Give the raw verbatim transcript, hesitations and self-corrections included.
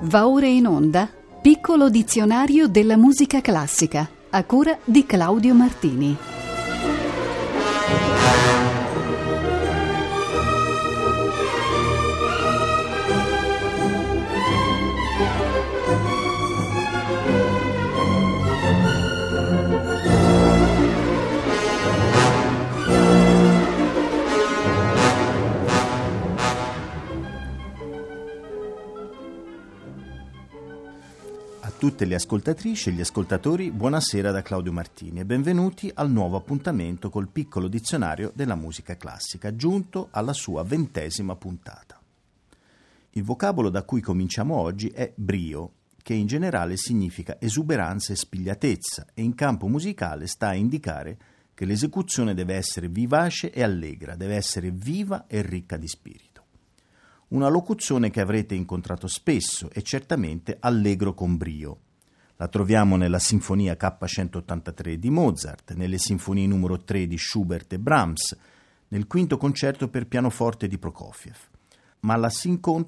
Va ora in onda Piccolo dizionario della musica classica, a cura di Claudio Martini. A tutte le ascoltatrici e gli ascoltatori, buonasera da Claudio Martini e benvenuti al nuovo appuntamento col piccolo dizionario della musica classica, giunto alla sua ventesima puntata. Il vocabolo da cui cominciamo oggi è brio, che in generale significa esuberanza e spigliatezza e in campo musicale sta a indicare che l'esecuzione deve essere vivace e allegra, deve essere viva e ricca di spirito. Una locuzione che avrete incontrato spesso e certamente allegro con brio. La troviamo nella Sinfonia K centottantatré di Mozart, nelle Sinfonie numero tre di Schubert e Brahms, nel quinto concerto per pianoforte di Prokofiev, ma la si incontra